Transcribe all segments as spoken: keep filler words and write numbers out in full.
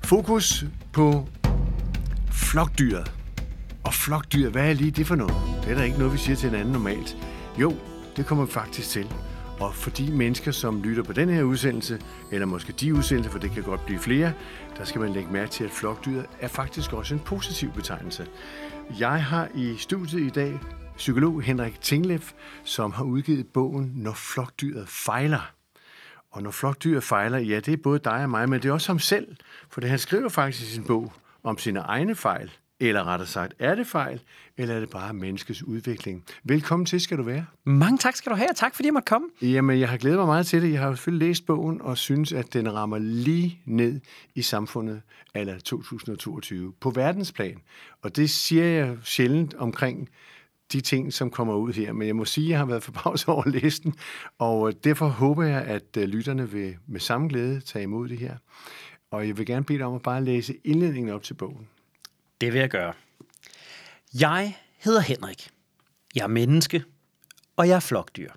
Fokus på flokdyret. Og flokdyr, hvad er lige det for noget? Det er der ikke noget, vi siger til hinanden normalt. Jo, det kommer vi faktisk til. Og for de mennesker, som lytter på den her udsendelse, eller måske de udsendelser, for det kan godt blive flere, der skal man lægge mærke til, at flokdyret er faktisk også en positiv betegnelse. Jeg har i studiet i dag psykolog Henrik Tinglef, som har udgivet bogen Når flokdyret fejler. Og når flokdyret fejler, ja, det er både dig og mig, men det er også ham selv. For det, han skriver faktisk i sin bog om sine egne fejl. Eller rettere sagt, er det fejl, eller er det bare menneskets udvikling? Velkommen til, skal du være. Mange tak skal du have, og tak fordi jeg måtte komme. Jamen, jeg har glædet mig meget til det. Jeg har jo selvfølgelig læst bogen, og synes, at den rammer lige ned i samfundet eller to tusind toogtyve på verdensplan. Og det siger jeg sjældent omkring de ting, som kommer ud her. Men jeg må sige, at jeg har været forbavset over at læse den, og derfor håber jeg, at lytterne vil med samme glæde tage imod det her. Og jeg vil gerne bede dig om at bare læse indledningen op til bogen. Det vil jeg gøre. Jeg hedder Henrik. Jeg er menneske, og jeg er flokdyr.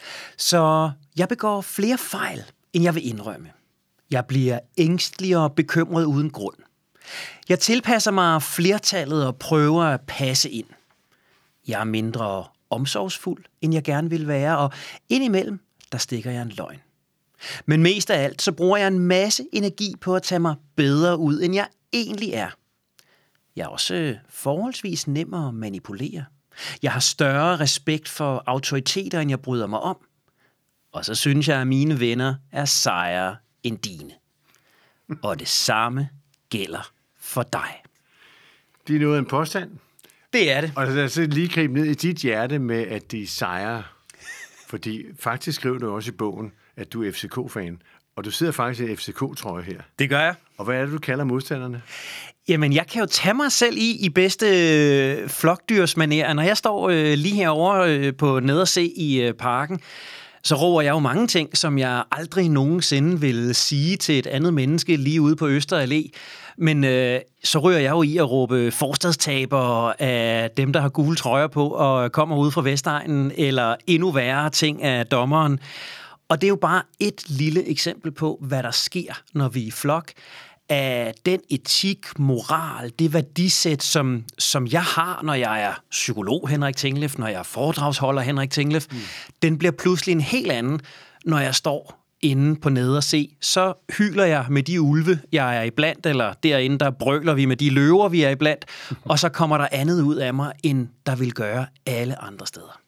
Så jeg begår flere fejl, end jeg vil indrømme. Jeg bliver ængstelig og bekymret uden grund. Jeg tilpasser mig flertallet og prøver at passe ind. Jeg er mindre omsorgsfuld, end jeg gerne vil være, og indimellem, der stikker jeg en løgn. Men mest af alt, så bruger jeg en masse energi på at tage mig bedre ud, end jeg egentlig er. Jeg er også forholdsvis nem at manipulere. Jeg har større respekt for autoriteter, end jeg bryder mig om. Og så synes jeg, at mine venner er sejere end dine. Og det samme gælder for dig. Det er noget af en påstand. Det er det. Og lad os lige gribe ned i dit hjerte med, at de sejrer. Fordi faktisk skrev du også i bogen, at du er F C K-fan. Og du sidder faktisk i F C K-trøje her. Det gør jeg. Og hvad er det, du kalder modstanderne? Jamen, jeg kan jo tage mig selv i i bedste øh, flokdyrsmanér. Når jeg står øh, lige herovre øh, på nederse i øh, parken, så råber jeg jo mange ting, som jeg aldrig nogensinde vil sige til et andet menneske lige ude på Øster Allé. Men øh, så rører jeg jo i at råbe forstadstaber af dem, der har gule trøjer på og kommer ud fra Vestegnen, eller endnu værre ting af dommeren. Og det er jo bare et lille eksempel på, hvad der sker, når vi er i flok. Af den etik, moral, det værdisæt, som, som jeg har, når jeg er psykolog Henrik Tinglef, når jeg er foredragsholder Henrik Tinglef, mm. den bliver pludselig en helt anden, når jeg står inde på nederse. Så hyler jeg med de ulve, jeg er iblandt, eller derinde, der brøler vi med de løver, vi er iblandt, og så kommer der andet ud af mig, end der vil gøre alle andre steder.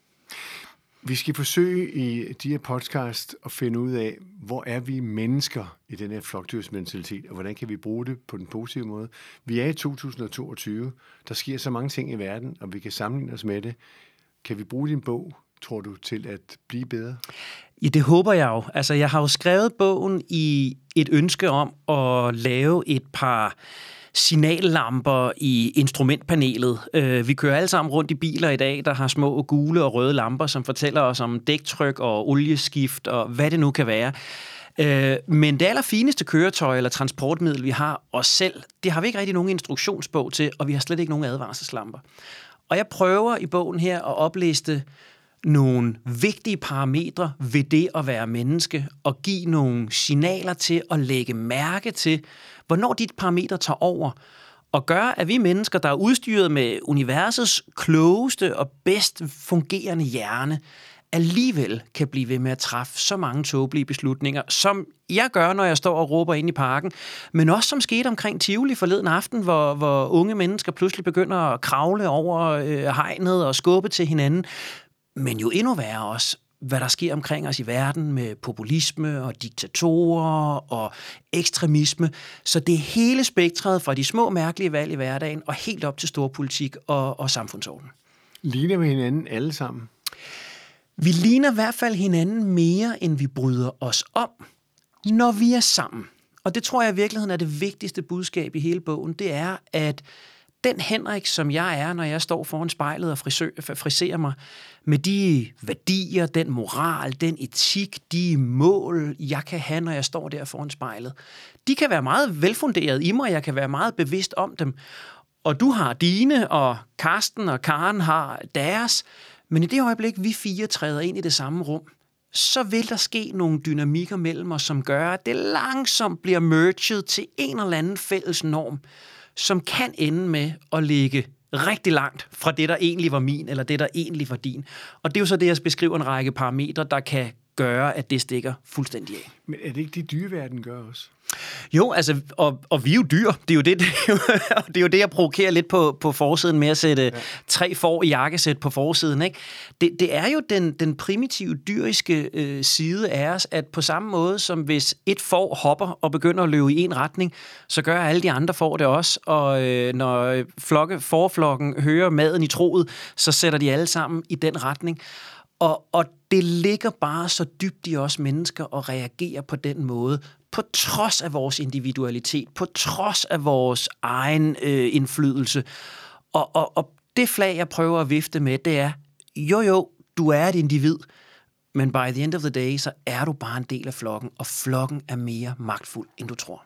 Vi skal forsøge i de her podcast at finde ud af, hvor er vi mennesker i den her flokdyrsmentalitet, og hvordan kan vi bruge det på den positive måde. Vi er i to tusind toogtyve, der sker så mange ting i verden, og vi kan sammenligne os med det. Kan vi bruge din bog, tror du, til at blive bedre? Ja, det håber jeg jo. Altså, jeg har jo skrevet bogen i et ønske om at lave et par signallamper i instrumentpanelet. Vi kører alle sammen rundt i biler i dag, der har små gule og røde lamper, som fortæller os om dæktryk og olieskift og hvad det nu kan være. Men det allerfineste køretøj eller transportmiddel, vi har os selv, det har vi ikke rigtig nogen instruktionsbog til, og vi har slet ikke nogen advarselslamper. Og jeg prøver i bogen her at opliste nogle vigtige parametre ved det at være menneske, og give nogle signaler til at lægge mærke til, hvornår dit parametre tager over, og gør, at vi mennesker, der er udstyret med universets klogeste og bedst fungerende hjerne, alligevel kan blive ved med at træffe så mange tåbelige beslutninger, som jeg gør, når jeg står og råber ind i parken, men også som skete omkring Tivoli forleden aften, hvor, hvor unge mennesker pludselig begynder at kravle over øh, hegnet og skubbe til hinanden. Men jo endnu værre også, hvad der sker omkring os i verden med populisme og diktatorer og ekstremisme. Så det er hele spektret fra de små mærkelige valg i hverdagen og helt op til storpolitik og, og samfundsorden. Ligner vi hinanden alle sammen? Vi ligner i hvert fald hinanden mere, end vi bryder os om, når vi er sammen. Og det tror jeg i virkeligheden er det vigtigste budskab i hele bogen. Det er, at den Henrik, som jeg er, når jeg står foran spejlet og frisø- friserer mig, med de værdier, den moral, den etik, de mål, jeg kan have, når jeg står der foran spejlet, de kan være meget velfunderet i mig, jeg kan være meget bevidst om dem. Og du har dine, og Karsten og Karen har deres, men i det øjeblik, vi fire træder ind i det samme rum, så vil der ske nogle dynamikker mellem os, som gør, at det langsomt bliver merged til en eller anden fælles norm, som kan ende med at ligge rigtig langt fra det, der egentlig var min, eller det, der egentlig var din. Og det er jo så det, jeg beskriver en række parametre, der kan gøre, at det stikker fuldstændig af. Men er det ikke det, dyreverden gør også? Jo, altså, og, og vi er jo dyr. Det er jo det, det, er jo, det, er jo det jeg provokerer lidt på, på forsiden med at sætte ja. tre får i jakkesæt på forsiden. Ikke? Det, det er jo den, den primitive dyriske øh, side af os, at på samme måde som hvis et får hopper og begynder at løbe i en retning, så gør alle de andre får det også. Og øh, når flokke, forflokken hører maden i troet, så sætter de alle sammen i den retning. Og, og det ligger bare så dybt i os mennesker at reagere på den måde, på trods af vores individualitet, på trods af vores egen øh, indflydelse. Og, og, og det flag, jeg prøver at vifte med, det er, jo jo, du er et individ, men by the end of the day, så er du bare en del af flokken, og flokken er mere magtfuld, end du tror.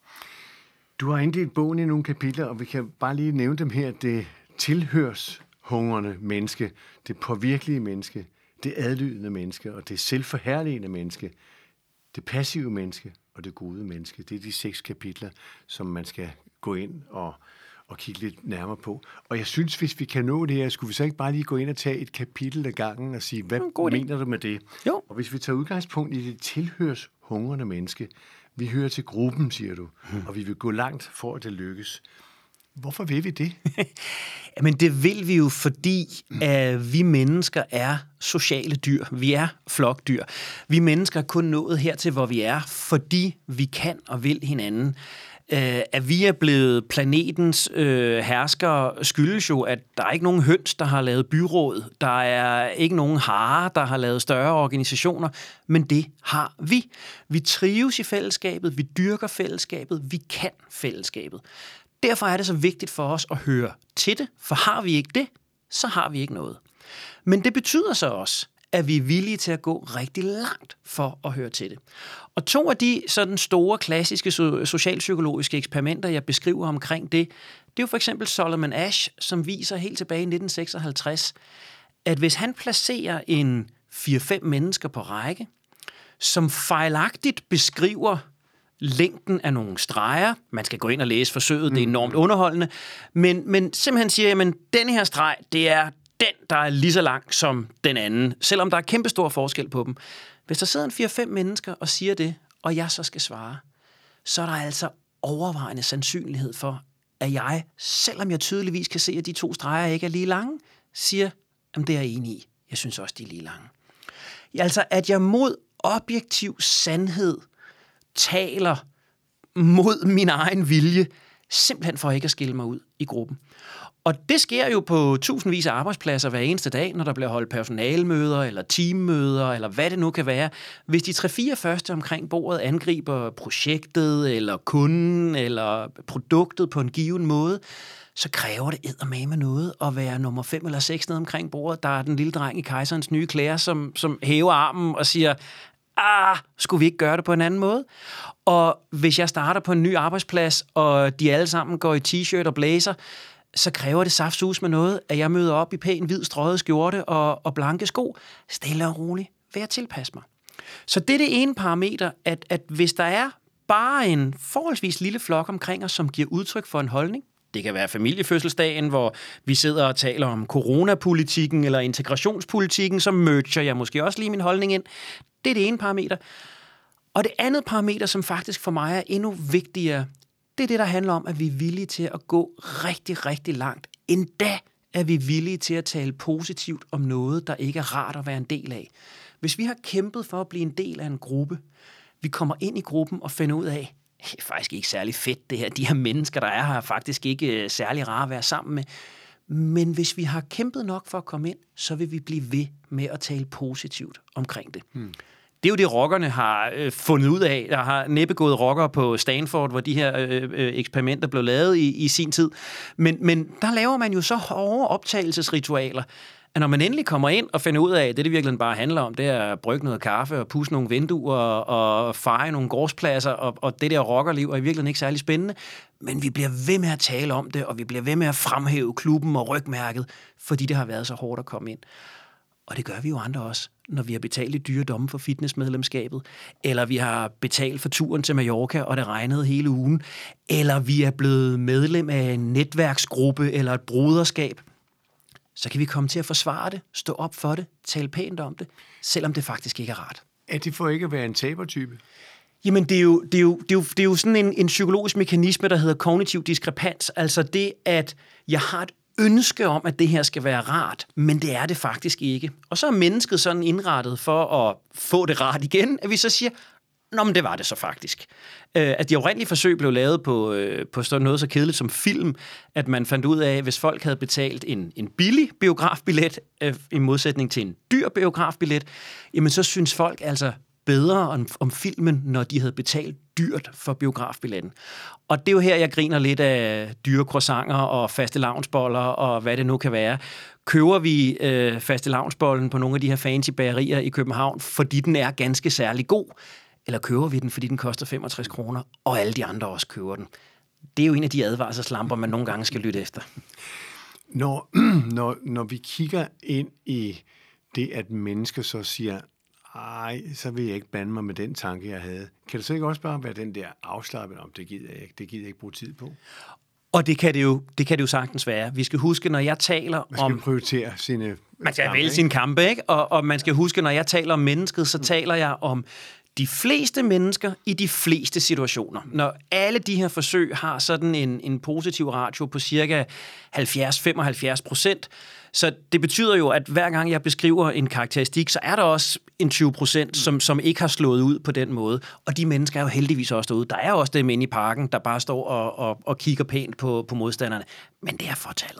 Du har inddelt bogen i nogle kapitler, og vi kan bare lige nævne dem her. Det tilhørshungrende menneske, det påvirkelige menneske, det adlydende menneske, og det selvforherligende menneske, det passive menneske og det gode menneske. Det er de seks kapitler, som man skal gå ind og, og kigge lidt nærmere på. Og jeg synes, hvis vi kan nå det her, skulle vi så ikke bare lige gå ind og tage et kapitel ad gangen og sige, hvad mener du med det? Jo. Og hvis vi tager udgangspunkt i det tilhørshungrende menneske, vi hører til gruppen, siger du, hmm. og vi vil gå langt for, at det lykkes. Hvorfor vil vi det? Jamen det vil vi jo, fordi at vi mennesker er sociale dyr. Vi er flokdyr. Vi mennesker er kun nået hertil, hvor vi er, fordi vi kan og vil hinanden. Uh, at vi er blevet planetens uh, herskere skyldes jo, at der er ikke nogen høns, der har lavet byråd. Der er ikke nogen harer, der har lavet større organisationer, men det har vi. Vi trives i fællesskabet, vi dyrker fællesskabet, vi kan fællesskabet. Derfor er det så vigtigt for os at høre til det, for har vi ikke det, så har vi ikke noget. Men det betyder så også, at vi er villige til at gå rigtig langt for at høre til det. Og to af de sådan store, klassiske socialpsykologiske eksperimenter, jeg beskriver omkring det, det er jo for eksempel Solomon Asch, som viser helt tilbage i nitten seksoghalvtreds, at hvis han placerer en fire fem mennesker på række, som fejlagtigt beskriver længden af nogle streger. Man skal gå ind og læse forsøget, det er enormt underholdende. Men, men simpelthen siger, at den her streg, det er den, der er lige så lang som den anden, selvom der er kæmpestor forskel på dem. Hvis der sidder en fire fem mennesker og siger det, og jeg så skal svare, så er der altså overvejende sandsynlighed for, at jeg, selvom jeg tydeligvis kan se, at de to streger ikke er lige lange, siger, at det er jeg enig i. Jeg synes også, de er lige lange. Altså, at jeg mod objektiv sandhed taler mod min egen vilje, simpelthen for ikke at skille mig ud i gruppen. Og det sker jo på tusindvis af arbejdspladser hver eneste dag, når der bliver holdt personalemøder, eller teammøder, eller hvad det nu kan være. Hvis de tre-fire første omkring bordet angriber projektet, eller kunden, eller produktet på en given måde, så kræver det eddermame noget at være nummer fem eller seks nede omkring bordet. Der er den lille dreng i Kejserens nye klæder, som, som hæver armen og siger, ah, skulle vi ikke gøre det på en anden måde? Og hvis jeg starter på en ny arbejdsplads, og de alle sammen går i t-shirt og blazer, så kræver det saftsus med noget, at jeg møder op i pæn hvid strøget skjorte og, og blanke sko. Stille og roligt vil jeg tilpasse mig. Så det er det ene parameter, at, at hvis der er bare en forholdsvis lille flok omkring os, som giver udtryk for en holdning, det kan være familiefødselsdagen, hvor vi sidder og taler om coronapolitikken eller integrationspolitikken, så merger jeg måske også lige min holdning ind. Det er det ene parameter. Og det andet parameter, som faktisk for mig er endnu vigtigere, det er det, der handler om, at vi er villige til at gå rigtig, rigtig langt. Endda er vi villige til at tale positivt om noget, der ikke er rart at være en del af. Hvis vi har kæmpet for at blive en del af en gruppe, vi kommer ind i gruppen og finder ud af, det er faktisk ikke særlig fedt det her. De her mennesker, der er her, er faktisk ikke særlig rare at være sammen med. Men hvis vi har kæmpet nok for at komme ind, så vil vi blive ved med at tale positivt omkring det. Hmm. Det er jo det, rockerne har øh, fundet ud af. Der har næppe gået rockere på Stanford, hvor de her øh, eksperimenter blev lavet i, i sin tid. Men, men der laver man jo så hårde optagelsesritualer, at når man endelig kommer ind og finder ud af, at det, det virkelig bare handler om, det er at brygge noget kaffe og pusse nogle vinduer og feje nogle gårdspladser, og, og det der rockerliv er i virkeligheden ikke særlig spændende. Men vi bliver ved med at tale om det, og vi bliver ved med at fremhæve klubben og rygmærket, fordi det har været så hårdt at komme ind. Og det gør vi jo andre også, når vi har betalt i dyre domme for fitnessmedlemskabet, eller vi har betalt for turen til Mallorca, og det regnede hele ugen, eller vi er blevet medlem af en netværksgruppe eller et broderskab. Så kan vi komme til at forsvare det, stå op for det, tale pænt om det, selvom det faktisk ikke er rart. Er det for ikke at være en tabertype? Jamen, det er jo, det er jo, det er jo, det er jo sådan en, en psykologisk mekanisme, der hedder kognitiv diskrepans. Altså det, at jeg har et ønske om, at det her skal være rart, men det er det faktisk ikke. Og så er mennesket sådan indrettet for at få det rart igen, at vi så siger, nå, men det var det så faktisk. Øh, at de oprindelige forsøg blev lavet på, øh, på noget så kedeligt som film, at man fandt ud af, at hvis folk havde betalt en, en billig biografbillet, øh, i modsætning til en dyr biografbillet, jamen så synes folk altså bedre om, om filmen, når de havde betalt dyrt for biografbilletten. Og det er jo her, jeg griner lidt af dyre croissanter og fastelavnsboller og hvad det nu kan være. Køber vi øh, fastelavnsbollen på nogle af de her fancy bagerier i København, fordi den er ganske særlig god, eller køber vi den, fordi den koster femogtres kroner, og alle de andre også køber den? Det er jo en af de advarselslamper, man nogle gange skal lytte efter. Når, når, når vi kigger ind i det, at mennesker så siger, ej, så vil jeg ikke blande mig med den tanke, jeg havde. Kan det så ikke også bare være den der afslappet om, det gider jeg ikke, det gider jeg ikke bruge tid på? Og det kan det jo, det kan det jo sagtens være. Vi skal huske, når jeg taler om... Man skal om, prioritere sine... Man skal vælge sine kampe, ikke? Og, og man skal huske, når jeg taler om mennesket, så taler jeg om de fleste mennesker i de fleste situationer. Når alle de her forsøg har sådan en, en positiv ratio på cirka halvfjerds til femoghalvfjerds procent, så det betyder jo, at hver gang jeg beskriver en karakteristik, så er der også en tyve procent, som, som ikke har slået ud på den måde. Og de mennesker er jo heldigvis også derude. Der er også dem inde i parken, der bare står og, og, og kigger pænt på, på modstanderne. Men det er fortallet.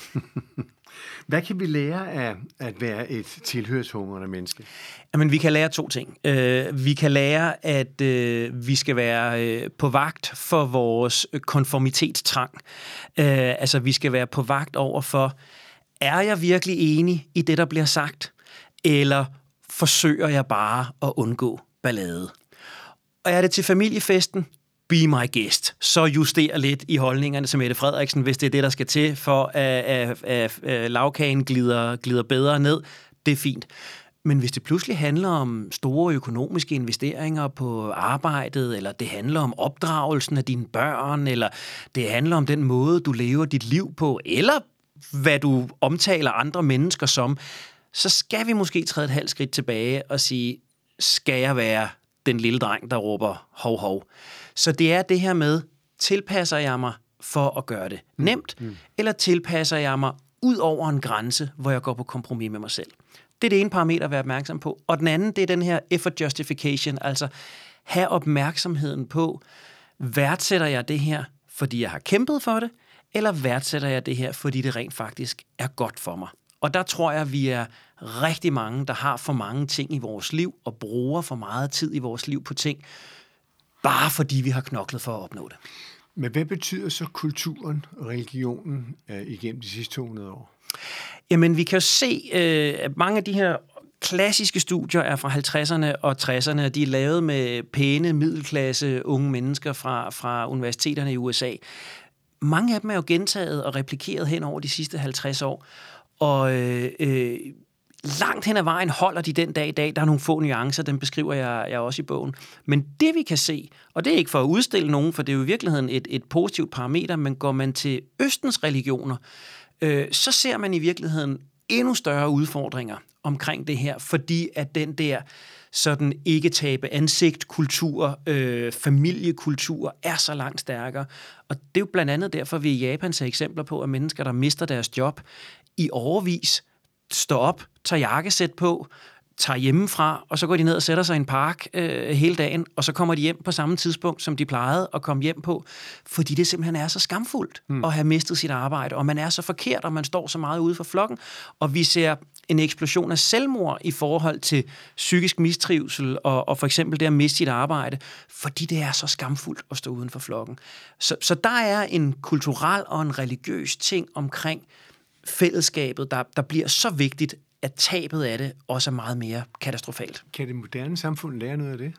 Hvad kan vi lære af at være et tilhørshungrende menneske? Jamen, vi kan lære to ting. Uh, vi kan lære, at uh, vi skal være uh, på vagt for vores konformitetstrang. Uh, altså, vi skal være på vagt over for, er jeg virkelig enig i det, der bliver sagt? Eller forsøger jeg bare at undgå ballade? Og er det til familiefesten? Be my guest. Så juster lidt i holdningerne til Mette Frederiksen, hvis det er det, der skal til, for at, at, at, at lavkagen glider, glider bedre ned. Det er fint. Men hvis det pludselig handler om store økonomiske investeringer på arbejdet, eller det handler om opdragelsen af dine børn, eller det handler om den måde, du lever dit liv på, eller hvad du omtaler andre mennesker som, så skal vi måske træde et halvt skridt tilbage og sige, skal jeg være den lille dreng, der råber hov hov? Så det er det her med, tilpasser jeg mig for at gøre det nemt, mm. Mm. eller tilpasser jeg mig ud over en grænse, hvor jeg går på kompromis med mig selv? Det er det ene parameter at være opmærksom på. Og den anden, det er den her effort justification, altså have opmærksomheden på, værdsætter jeg det her, fordi jeg har kæmpet for det, eller værdsætter jeg det her, fordi det rent faktisk er godt for mig? Og der tror jeg, vi er rigtig mange, der har for mange ting i vores liv, og bruger for meget tid i vores liv på ting, bare fordi vi har knoklet for at opnå det. Men hvad betyder så kulturen og religionen øh, igennem de sidste to hundrede år? Jamen, vi kan jo se, øh, at mange af de her klassiske studier er fra halvtredserne og tresserne, de er lavet med pæne, middelklasse unge mennesker fra, fra universiteterne i U S A. Mange af dem er jo gentaget og replikeret hen over de sidste halvtreds år, og øh, øh, langt hen ad vejen holder de den dag i dag. Der er nogle få nuancer, dem beskriver jeg, jeg også i bogen. Men det vi kan se, og det er ikke for at udstille nogen, for det er jo i virkeligheden et, et positivt parameter, men går man til Østens religioner, øh, så ser man i virkeligheden endnu større udfordringer omkring det her, fordi at den der sådan ikke tabe ansigt, kultur, øh, familiekultur er så langt stærkere. Og det er jo blandt andet derfor, vi i Japan ser eksempler på, at mennesker, der mister deres job i årevis, står op, tager jakkesæt på, tager hjemmefra, og så går de ned og sætter sig i en park øh, hele dagen, og så kommer de hjem på samme tidspunkt, som de plejede at komme hjem på, fordi det simpelthen er så skamfuldt mm. at have mistet sit arbejde, og man er så forkert, og man står så meget ude for flokken, og vi ser en eksplosion af selvmord i forhold til psykisk mistrivsel, og, og for eksempel det at miste sit arbejde, fordi det er så skamfuldt at stå uden for flokken. Så, så der er en kulturel og en religiøs ting omkring fællesskabet, der, der bliver så vigtigt, at tabet af det også er meget mere katastrofalt. Kan det moderne samfund lære noget af det?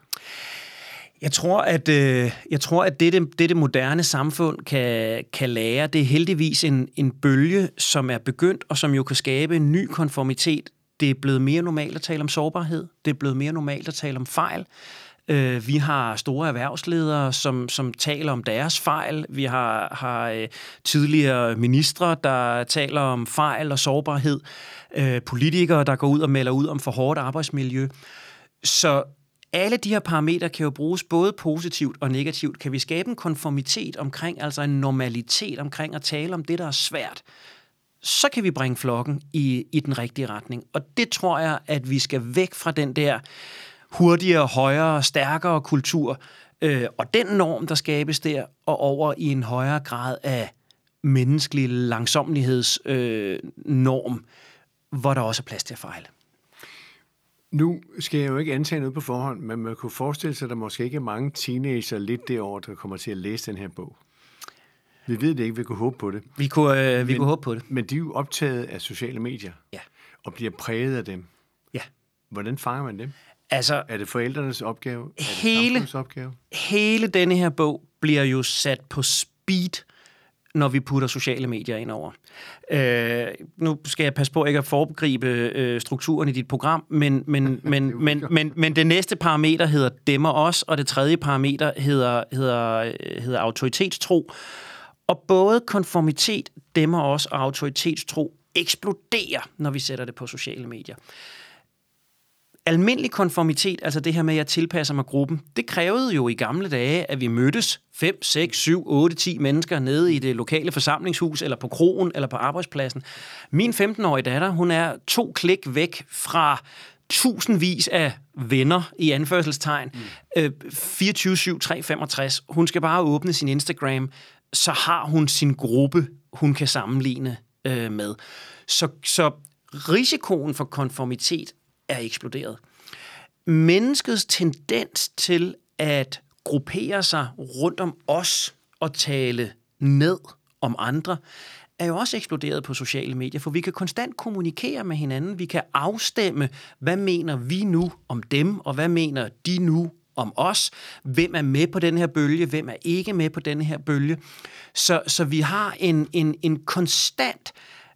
Jeg tror, at, øh, jeg tror, at det, det, det moderne samfund kan, kan lære, det er heldigvis en, en bølge, som er begyndt, og som jo kan skabe en ny konformitet. det er blevet mere normalt at tale om sårbarhed. Det er blevet mere normalt at tale om fejl. Øh, vi har store erhvervsledere, som, som taler om deres fejl. Vi har, har øh, tidligere ministre, der taler om fejl og sårbarhed. Øh, politikere, der går ud og melder ud om for hårdt arbejdsmiljø. Så alle de her parametre kan jo bruges både positivt og negativt. Kan vi skabe en konformitet omkring, altså en normalitet omkring at tale om det, der er svært, så kan vi bringe flokken i, i den rigtige retning. Og det tror jeg, at vi skal væk fra den der hurtigere, højere, stærkere kultur, øh, og den norm, der skabes der, og over i en højere grad af menneskelig langsomlighedsnorm, øh, hvor der også er plads til at fejle. Nu skal jeg jo ikke antage noget på forhånd, men man kunne forestille sig, at der måske ikke er mange teenager lidt derovre, der kommer til at læse den her bog. Vi ved det ikke, vi kunne håbe på det. Vi kunne, øh, vi men, kunne håbe på det. Men de er jo optaget af sociale medier, ja. og bliver præget af dem. Ja. Hvordan fanger man dem? Altså, er det forældrenes opgave? Er det hele, samfundets opgave? Hele denne her bog bliver jo sat på speed, når vi putter sociale medier ind over. Øh, nu skal jeg passe på ikke at foregribe øh, strukturen i dit program, men, men, men, men, men, men det næste parameter hedder dem og os, og det tredje parameter hedder, hedder, hedder autoritetstro. Og både konformitet, dem og os og autoritetstro eksploderer, når vi sætter det på sociale medier. Almindelig konformitet, altså det her med, at jeg tilpasser mig gruppen, det krævede jo i gamle dage, at vi mødtes fem, seks, syv, otte, ti mennesker nede i det lokale forsamlingshus, eller på krogen, eller på arbejdspladsen. Min femten-årige datter, hun er to klik væk fra tusindvis af venner i anførselstegn. Mm. Øh, fireogtyve syv tre hundrede femogtres. Hun skal bare åbne sin Instagram, så har hun sin gruppe, hun kan sammenligne øh, med. Så, så risikoen for konformitet er eksploderet. Menneskets tendens til at gruppere sig rundt om os og tale ned om andre, er jo også eksploderet på sociale medier, for vi kan konstant kommunikere med hinanden. Vi kan afstemme, hvad mener vi nu om dem, og hvad mener de nu om os. Hvem er med på den her bølge, hvem er ikke med på den her bølge. Så, så vi har en, en, en konstant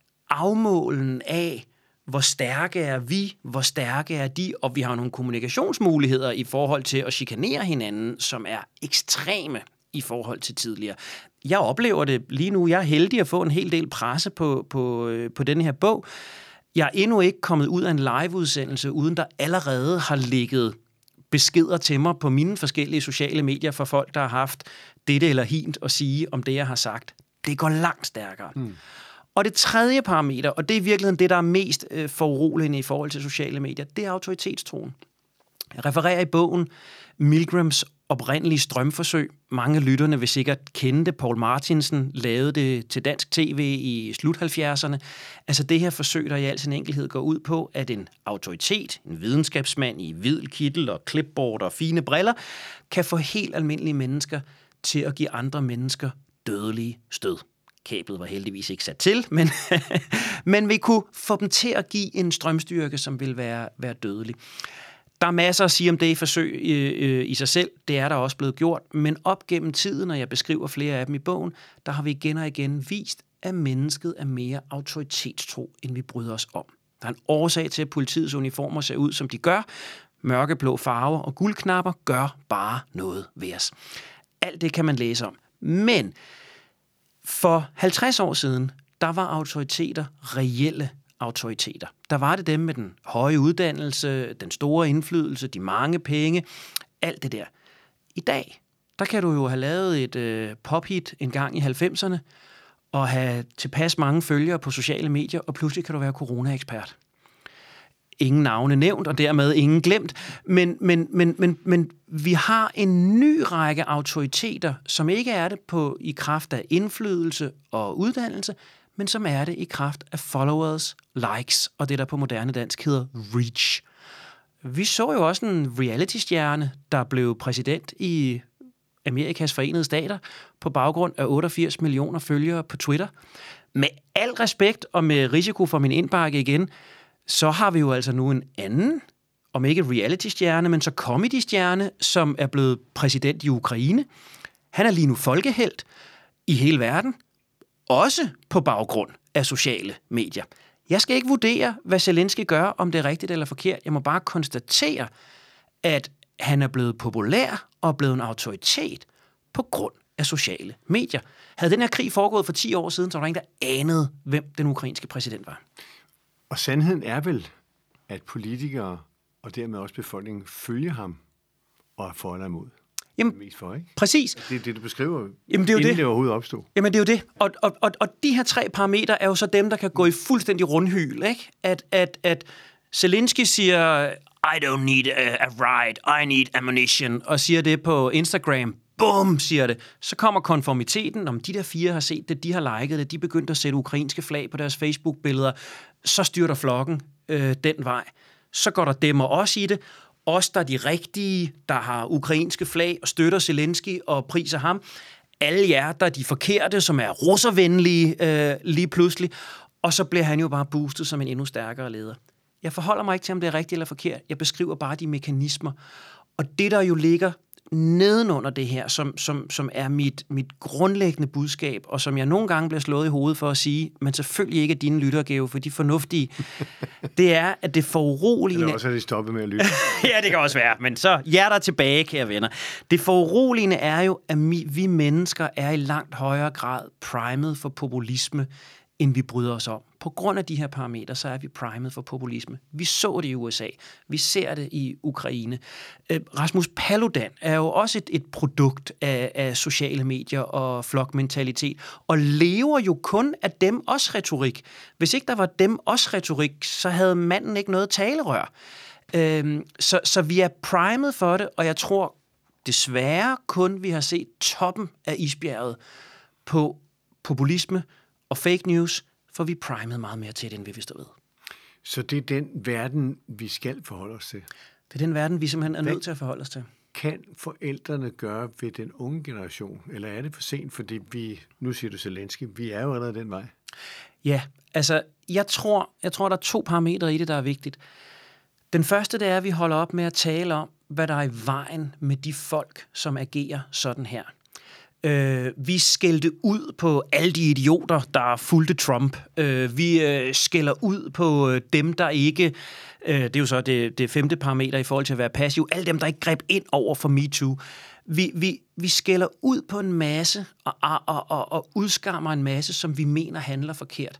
afmålen af, hvor stærke er vi, hvor stærke er de, og vi har nogle kommunikationsmuligheder i forhold til at chikanere hinanden, som er ekstreme i forhold til tidligere. Jeg oplever det lige nu. Jeg er heldig at få en hel del presse på, på, på denne her bog. Jeg er endnu ikke kommet ud af en liveudsendelse, uden der allerede har ligget beskeder til mig på mine forskellige sociale medier for folk, der har haft dette eller hint at sige om det, jeg har sagt. Det går langt stærkere. Mm. Og det tredje parameter, og det er i virkeligheden det, der er mest øh, foruroligende i forhold til sociale medier, det er autoritetstroen. Jeg refererer i bogen Milgrams oprindelige strømforsøg. Mange lytterne vil sikkert kende det. Poul Martinsen lavede det til dansk tv i slut halvfjerdserne. Altså det her forsøg, der i al sin enkelhed går ud på, at en autoritet, en videnskabsmand i hvid kittel og clipboard og fine briller, kan få helt almindelige mennesker til at give andre mennesker dødelige stød. Kablet var heldigvis ikke sat til, men, men vi kunne få dem til at give en strømstyrke, som vil være, være dødelig. Der er masser at sige om det i forsøg øh, i sig selv. Det er der også blevet gjort. Men op gennem tiden, når jeg beskriver flere af dem i bogen, der har vi igen og igen vist, at mennesket er mere autoritetstro, end vi bryder os om. Der er en årsag til, at politiets uniformer ser ud, som de gør. Mørkeblå farver og guldknapper gør bare noget ved os. Alt det kan man læse om. Men for halvtreds år siden, der var autoriteter reelle autoriteter. Der var det dem med den høje uddannelse, den store indflydelse, de mange penge, alt det der. I dag, der kan du jo have lavet et øh, pophit en gang i halvfemserne, og have tilpas mange følgere på sociale medier, og pludselig kan du være corona-ekspert. Ingen navne nævnt, og dermed ingen glemt. Men, men, men, men, men vi har en ny række autoriteter, som ikke er det på i kraft af indflydelse og uddannelse, men som er det i kraft af followers, likes og det, der på moderne dansk hedder reach. Vi så jo også en reality-stjerne, der blev præsident i Amerikas Forenede Stater på baggrund af otteogfirs millioner følgere på Twitter. Med al respekt og med risiko for min indbakke igen, så har vi jo altså nu en anden, om ikke reality-stjerne, men så comedy-stjerne, som er blevet præsident i Ukraine. Han er lige nu folkehelt i hele verden, også på baggrund af sociale medier. Jeg skal ikke vurdere, hvad Zelensky gør, om det er rigtigt eller forkert. Jeg må bare konstatere, at han er blevet populær og blevet en autoritet på grund af sociale medier. Havde den her krig foregået for ti år siden, så var der ingen, der anede, hvem den ukrainske præsident var. Og sandheden er vel, at politikere og dermed også befolkningen følger ham og er for eller imod. Jamen, mest for, ikke? Præcis. Det er det, du beskriver, Jamen, det er jo inden det. det overhovedet opstod. Jamen, det er jo det. Og, og, og, og de her tre parametre er jo så dem, der kan gå i fuldstændig rundhyl, ikke? At, at, at Zelensky siger, I don't need a, a ride, I need ammunition, og siger det på Instagram. Bum, siger det. Så kommer konformiteten, om de der fire har set det, de har liket det, de begyndte at sætte ukrainske flag på deres Facebook-billeder, så styrter flokken øh, den vej. Så går der dem og os i det. Os, der er de rigtige, der har ukrainske flag og støtter Zelensky og priser ham. Alle jer, der er de forkerte, som er russervenlige øh, lige pludselig. Og så bliver han jo bare boostet som en endnu stærkere leder. Jeg forholder mig ikke til, om det er rigtigt eller forkert. Jeg beskriver bare de mekanismer. Og det, der jo ligger nedenunder det her, som, som, som er mit, mit grundlæggende budskab, og som jeg nogle gange bliver slået i hovedet for at sige, men selvfølgelig ikke er dine lyttergave, for de fornuftige, det er, at det foruroligende... Eller også er de stoppet med at lytte. Ja, det kan også være, men så hjerter tilbage, kære venner. Det foruroligende er jo, at vi, vi mennesker er i langt højere grad primet for populisme, end vi bryder os om. På grund af de her parametre, så er vi primet for populisme. Vi så det i U S A. Vi ser det i Ukraine. Øh, Rasmus Paludan er jo også et, et produkt af, af sociale medier og flokmentalitet, og lever jo kun af dem også retorik. Hvis ikke der var dem også retorik, så havde manden ikke noget talerør. Øh, så, så vi er primet for det, og jeg tror desværre kun, vi har set toppen af isbjerget på populisme og fake news, for vi er primet meget mere til det, end vi vidste ved. Så det er den verden, vi skal forholde os til? Det er den verden, vi simpelthen er Hvad nødt til at forholde os til. Kan forældrene gøre ved den unge generation? Eller er det for sent, fordi vi, nu siger du Zelensky, vi er jo allerede den vej? Ja, altså jeg tror, jeg tror, der er to parametre i det, der er vigtigt. Den første, det er, at vi holder op med at tale om, hvad der er i vejen med de folk, som agerer sådan her. Øh, vi skældte ud på alle de idioter, der fulgte Trump. Øh, vi øh, skælder ud på dem, der ikke... Øh, det er jo så det, det femte parameter i forhold til at være passiv. Alle dem, der ikke greb ind over for MeToo. Vi, vi, vi skælder ud på en masse og, og, og, og udskammer en masse, som vi mener handler forkert.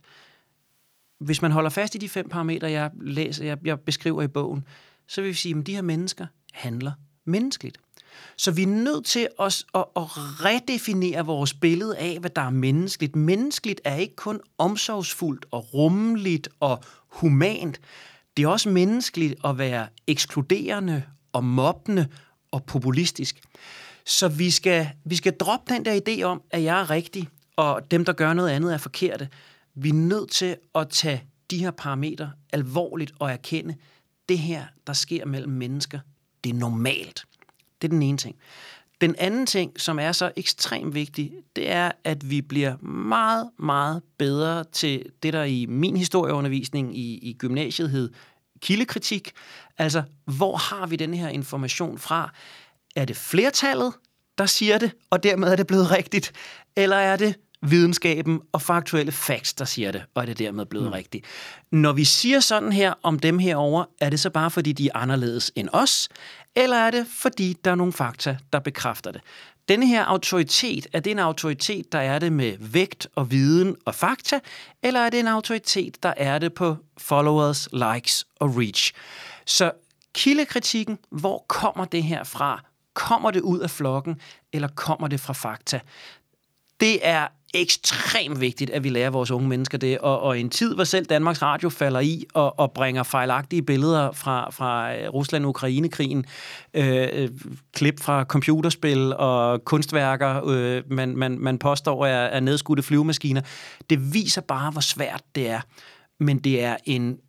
Hvis man holder fast i de fem parametre, jeg læser, jeg, jeg beskriver i bogen, så vil vi sige, at de her mennesker handler menneskeligt. Så vi er nødt til os at, at redefinere vores billede af, hvad der er menneskeligt. Menneskeligt er ikke kun omsorgsfuldt og rummeligt og humant. Det er også menneskeligt at være ekskluderende og mobbende og populistisk. Så vi skal, vi skal droppe den der idé om, at jeg er rigtig, og dem, der gør noget andet, er forkerte. Vi er nødt til at tage de her parametre alvorligt og erkende, det her, der sker mellem mennesker, det er normalt. Det er den ene ting. Den anden ting, som er så ekstremt vigtig, det er, at vi bliver meget, meget bedre til det, der i min historieundervisning i, i gymnasiet hed kildekritik. Altså, hvor har vi den her information fra? Er det flertallet, der siger det, og dermed er det blevet rigtigt? Eller er det videnskaben og faktuelle facts, der siger det, og er det dermed blevet mm. rigtigt? Når vi siger sådan her om dem herover, er det så bare fordi, de er anderledes end os? Eller er det, fordi der er nogle fakta, der bekræfter det? Denne her autoritet, er det en autoritet, der er det med vægt og viden og fakta? Eller er det en autoritet, der er det på followers, likes og reach? Så kildekritikken, hvor kommer det her fra? Kommer det ud af flokken, eller kommer det fra fakta? Det er ekstremt vigtigt, at vi lærer vores unge mennesker det, og, og i en tid, hvor selv Danmarks Radio falder i og, og bringer fejlagtige billeder fra, fra Rusland-Ukraine-krigen, øh, klip fra computerspil og kunstværker, øh, man, man, man påstår er, er nedskudte flyvemaskiner, det viser bare, hvor svært det er. Men det er en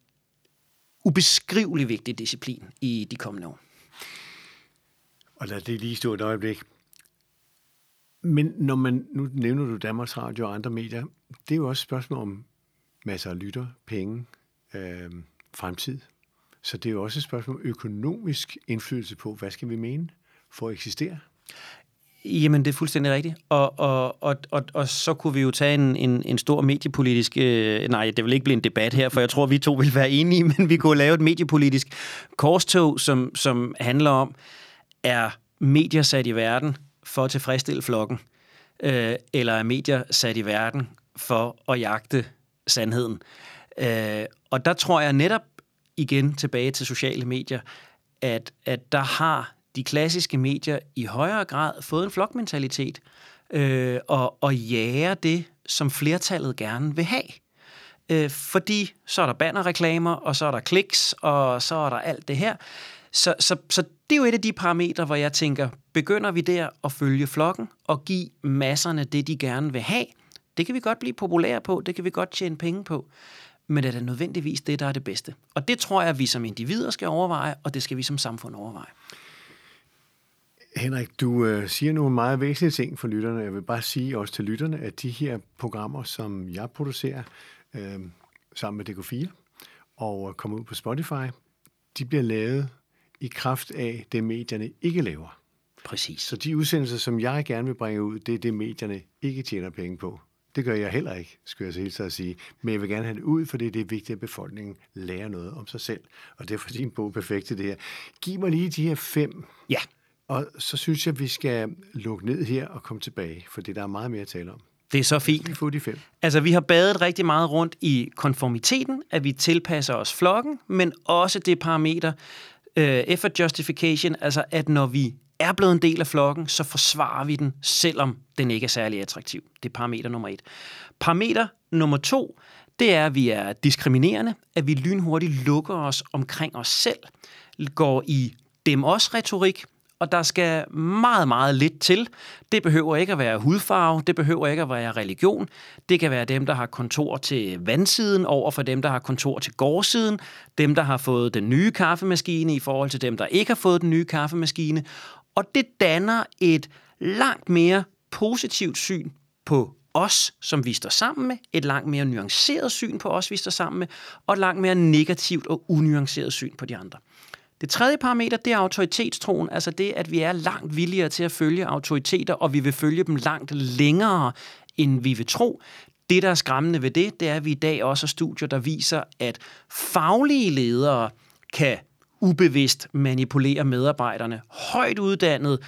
ubeskrivelig vigtig disciplin i de kommende år. Og lad det lige stå et øjeblik. Men når man, nu nævner du Danmarks Radio og andre medier, det er jo også et spørgsmål om masser af lytter, penge, øh, fremtid. Så det er jo også et spørgsmål om økonomisk indflydelse på, hvad skal vi mene for at eksistere? Jamen, det er fuldstændig rigtigt. Og, og, og, og, og så kunne vi jo tage en, en, en stor mediepolitisk... Øh, nej, det vil ikke blive en debat her, for jeg tror, vi to vil være enige, men vi kunne lave et mediepolitisk korstog, som, som handler om, er medier sat i verden for at tilfredsstille flokken, øh, eller er medier sat i verden for at jagte sandheden? Øh, og der tror jeg netop igen tilbage til sociale medier, at, at der har de klassiske medier i højere grad fået en flokmentalitet øh, og, og jager det, som flertallet gerne vil have. Øh, fordi så er der bannerreklamer, og så er der kliks, og så er der alt det her. Så, så, så det er jo et af de parametre, hvor jeg tænker, begynder vi der at følge flokken og give masserne det, de gerne vil have? Det kan vi godt blive populære på, det kan vi godt tjene penge på. Men er det nødvendigvis det, der er det bedste? Og det tror jeg, at vi som individer skal overveje, og det skal vi som samfund overveje. Henrik, du øh, siger nogle meget væsentlige ting for lytterne. Jeg vil bare sige også til lytterne, at de her programmer, som jeg producerer øh, sammen med D K fire og kommer ud på Spotify, de bliver lavet i kraft af det, medierne ikke laver. Præcis. Så de udsendelser, som jeg gerne vil bringe ud, det er det, medierne ikke tjener penge på. Det gør jeg heller ikke, skulle jeg så helt at sige. Men jeg vil gerne have det ud, for det er vigtigt, at befolkningen lærer noget om sig selv. Og derfor er din bog perfekt til det her. Giv mig lige de her fem. Ja. Og så synes jeg, at vi skal lukke ned her og komme tilbage, for der er meget mere at tale om. Det er så fint. Vi får de fem. Altså, vi har badet rigtig meget rundt i konformiteten, at vi tilpasser os flokken, men også det parameter, uh, effort justification, altså at når vi er blevet en del af flokken, så forsvarer vi den, selvom den ikke er særlig attraktiv. Det er parameter nummer et. Parameter nummer to, det er, at vi er diskriminerende, at vi lynhurtigt lukker os omkring os selv, går i dem-os-retorik, og der skal meget, meget lidt til. Det behøver ikke at være hudfarve, det behøver ikke at være religion. Det kan være dem, der har kontor til vandsiden, over for dem, der har kontor til gårdsiden, dem, der har fået den nye kaffemaskine i forhold til dem, der ikke har fået den nye kaffemaskine. Og det danner et langt mere positivt syn på os, som vi står sammen med, et langt mere nuanceret syn på os, vi står sammen med, og et langt mere negativt og unuanceret syn på de andre. Det tredje parameter, det er autoritetstroen, altså det, at vi er langt villigere til at følge autoriteter, og vi vil følge dem langt længere, end vi vil tro. Det, der er skræmmende ved det, det er, at vi i dag også har studier, der viser, at faglige ledere kan ubevidst manipulere medarbejderne. Højt uddannet,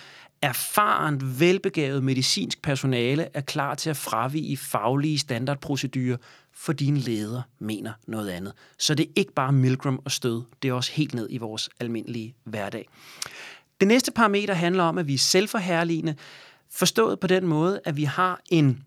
erfaren, velbegavet medicinsk personale er klar til at fravige faglige standardprocedurer, fordi en leder mener noget andet. Så det er ikke bare Milgram og stød, det er også helt ned i vores almindelige hverdag. Det næste parameter handler om, at vi er selvforherligende, forstået på den måde, at vi har en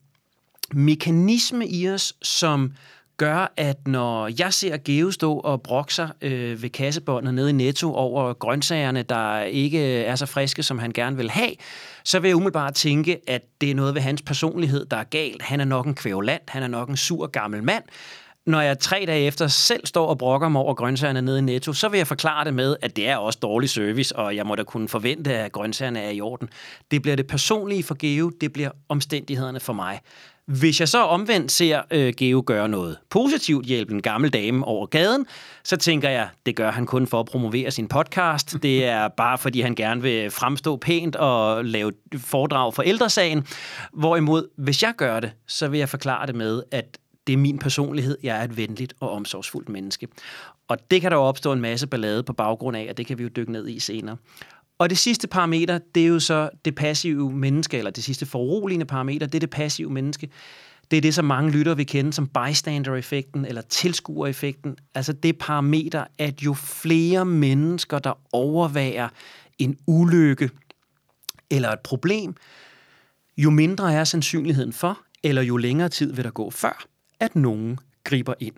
mekanisme i os, som gør, at når jeg ser Geo stå og brokser øh, ved kassebåndet nede i Netto over grøntsagerne, der ikke er så friske, som han gerne vil have, så vil jeg umiddelbart tænke, at det er noget ved hans personlighed, der er galt. Han er nok en kvævlant, han er nok en sur gammel mand. Når jeg tre dage efter selv står og brokker mig over grøntsagerne nede i Netto, så vil jeg forklare det med, at det er også dårlig service, og jeg må da kunne forvente, at grøntsagerne er i orden. Det bliver det personlige for Geo, det bliver omstændighederne for mig. Hvis jeg så omvendt ser øh, Geo gøre noget positivt, hjælpe en gammel dame over gaden, så tænker jeg, det gør han kun for at promovere sin podcast. Det er bare fordi, han gerne vil fremstå pænt og lave foredrag for ældresagen. Hvorimod, hvis jeg gør det, så vil jeg forklare det med, at det er min personlighed. Jeg er et venligt og omsorgsfuldt menneske. Og det kan der jo opstå en masse ballade på baggrund af, og det kan vi jo dykke ned i senere. Og det sidste parameter, det er jo så det passive menneske, eller det sidste foruroligende parameter, det er det passive menneske. Det er det, som mange lyttere vil kende som bystander-effekten, eller tilskuereffekten. Altså det parameter, at jo flere mennesker, der overværer en ulykke eller et problem, jo mindre er sandsynligheden for, eller jo længere tid vil der gå før, at nogen griber ind.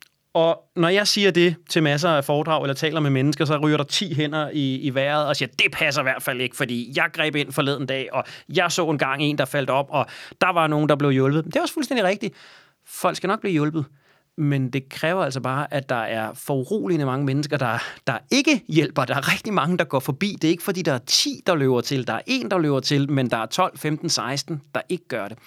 Og når jeg siger det til masser af foredrag eller taler med mennesker, så ryger der ti hænder i, i vejret og siger, det passer i hvert fald ikke, fordi jeg greb ind forleden dag, og jeg så engang en, der faldt op, og der var nogen, der blev hjulpet. Det er også fuldstændig rigtigt. Folk skal nok blive hjulpet, men det kræver altså bare, at der er foruroligende mange mennesker, der, der ikke hjælper. Der er rigtig mange, der går forbi. Det er ikke, fordi der er ti, der løber til. Der er en, der løber til, men der er tolv, femten, seksten, der ikke gør det.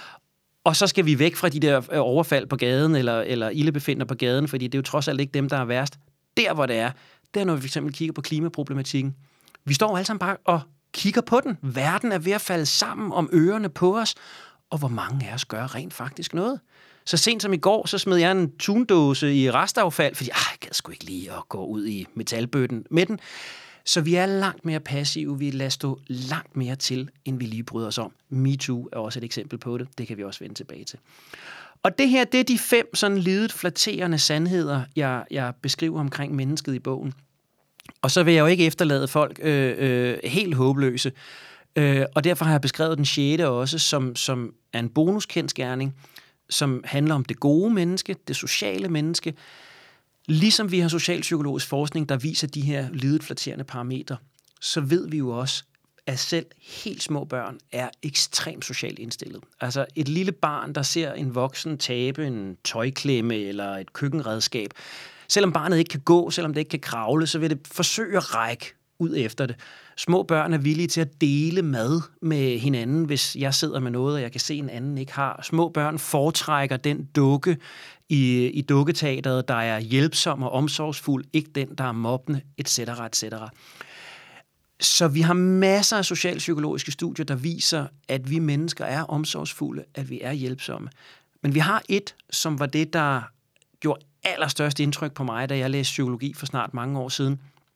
Og så skal vi væk fra de der overfald på gaden, eller, eller ildebefinder på gaden, fordi det er jo trods alt ikke dem, der er værst. Der, hvor det er, det er, når vi for eksempel kigger på klimaproblematikken. Vi står alle sammen bare og kigger på den. Verden er ved at falde sammen om ørerne på os, og hvor mange af os gør rent faktisk noget. Så sent som i går, så smed jeg en tundåse i restaffald, fordi jeg gad sgu ikke lige at gå ud i metalbøtten med den. Så vi er langt mere passive, vi lader stå langt mere til, end vi lige bryder os om. MeToo er også et eksempel på det, det kan vi også vende tilbage til. Og det her, det er de fem sådan lidet flatterende sandheder, jeg, jeg beskriver omkring mennesket i bogen. Og så vil jeg jo ikke efterlade folk øh, øh, helt håbløse. Øh, og derfor har jeg beskrevet den sjette også, som, som er en bonuskendsgerning, som handler om det gode menneske, det sociale menneske. Ligesom vi har socialpsykologisk forskning, der viser de her lidet flatterende parametre, så ved vi jo også, at selv helt små børn er ekstremt socialt indstillet. Altså et lille barn, der ser en voksen tabe en tøjklemme eller et køkkenredskab, selvom barnet ikke kan gå, selvom det ikke kan kravle, så vil det forsøge at række ud efter det. Små børn er villige til at dele mad med hinanden, hvis jeg sidder med noget, og jeg kan se, en anden ikke har. Små børn foretrækker den dukke i, i dukketeateret, der er hjælpsom og omsorgsfuld, ikke den, der er mobbende, et cetera, et cetera. Så vi har masser af socialpsykologiske studier, der viser, at vi mennesker er omsorgsfulde, at vi er hjælpsomme. Men vi har et, som var det, der gjorde allerstørst indtryk på mig, da jeg læste psykologi for snart mange år siden,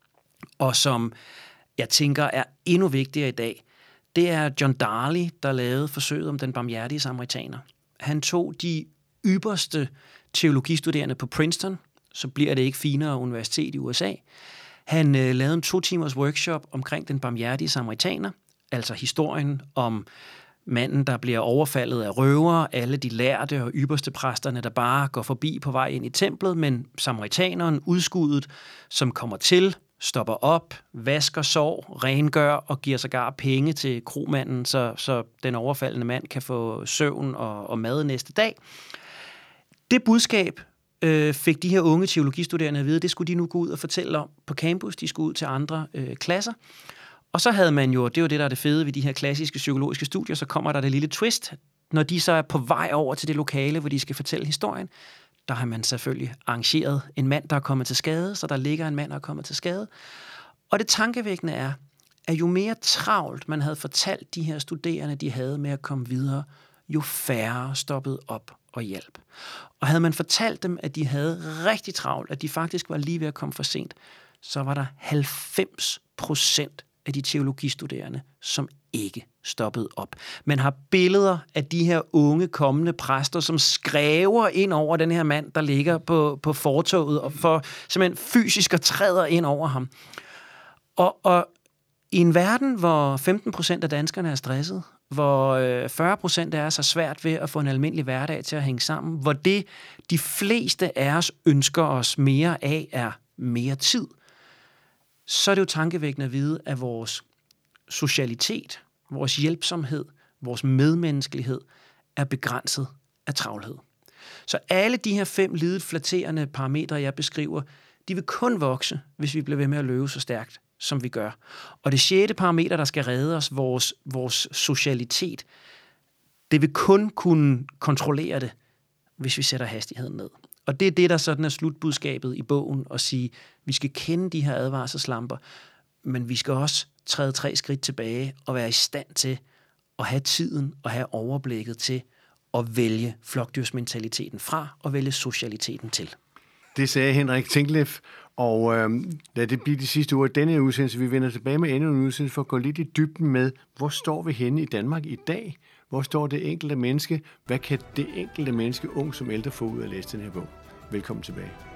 og som jeg tænker er endnu vigtigere i dag. Det er John Darley, der lavede forsøget om den barmhjertige samaritaner. Han tog de ypperste teologistuderende på Princeton, så bliver det ikke finere universitet i U S A. Han øh, lavede en to timers workshop omkring den barmhjertige samaritaner, altså historien om manden, der bliver overfaldet af røvere, alle de lærte og ypperste præsterne, der bare går forbi på vej ind i templet, men samaritaneren, udskuddet, som kommer til, stopper op, vasker sår, rengør og giver sågar penge til kromanden, så, så den overfaldende mand kan få søvn og, og mad næste dag. Det budskab øh, fik de her unge teologistuderende at vide, det skulle de nu gå ud og fortælle om på campus, de skulle ud til andre øh, klasser. Og så havde man jo, det er jo det, der er det fede ved de her klassiske psykologiske studier, så kommer der det lille twist, når de så er på vej over til det lokale, hvor de skal fortælle historien. Der har man selvfølgelig arrangeret en mand, der er kommet til skade, så der ligger en mand, der er kommet til skade. Og det tankevækkende er, at jo mere travlt man havde fortalt de her studerende, de havde med at komme videre, jo færre stoppede op og hjælp. Og havde man fortalt dem, at de havde rigtig travlt, at de faktisk var lige ved at komme for sent, så var der halvfems procent af de teologistuderende, som ikke stoppede op. Man har billeder af de her unge kommende præster, som skræver ind over den her mand, der ligger på, på fortovet, og for simpelthen fysisk og træder ind over ham. Og, og i en verden, hvor femten procent af danskerne er stresset, hvor fyrre procent af os har svært ved at få en almindelig hverdag til at hænge sammen, hvor det, de fleste af os ønsker os mere af, er mere tid, så er det jo tankevækkende at vide, at vores socialitet, vores hjælpsomhed, vores medmenneskelighed er begrænset af travlhed. Så alle de her fem lidet flatterende parametre, jeg beskriver, de vil kun vokse, hvis vi bliver ved med at løbe så stærkt, som vi gør. Og det sjette parameter, der skal redde os, vores, vores socialitet, det vil kun kunne kontrollere det, hvis vi sætter hastigheden ned. Og det er det, der sådan er slutbudskabet i bogen, at sige, vi skal kende de her advarselslamper, men vi skal også træde tre skridt tilbage og være i stand til at have tiden og have overblikket til at vælge flokdyrsmentaliteten fra og vælge socialiteten til. Det sagde Henrik Tinglef, og øh, lad det blive de sidste ord i denne udsendelse. Vi vender tilbage med endnu en udsendelse for at gå lidt i dybden med, hvor står vi henne i Danmark i dag? Hvor står det enkelte menneske? Hvad kan det enkelte menneske, ung som ældre, få ud af at læse den her bog? Velkommen tilbage.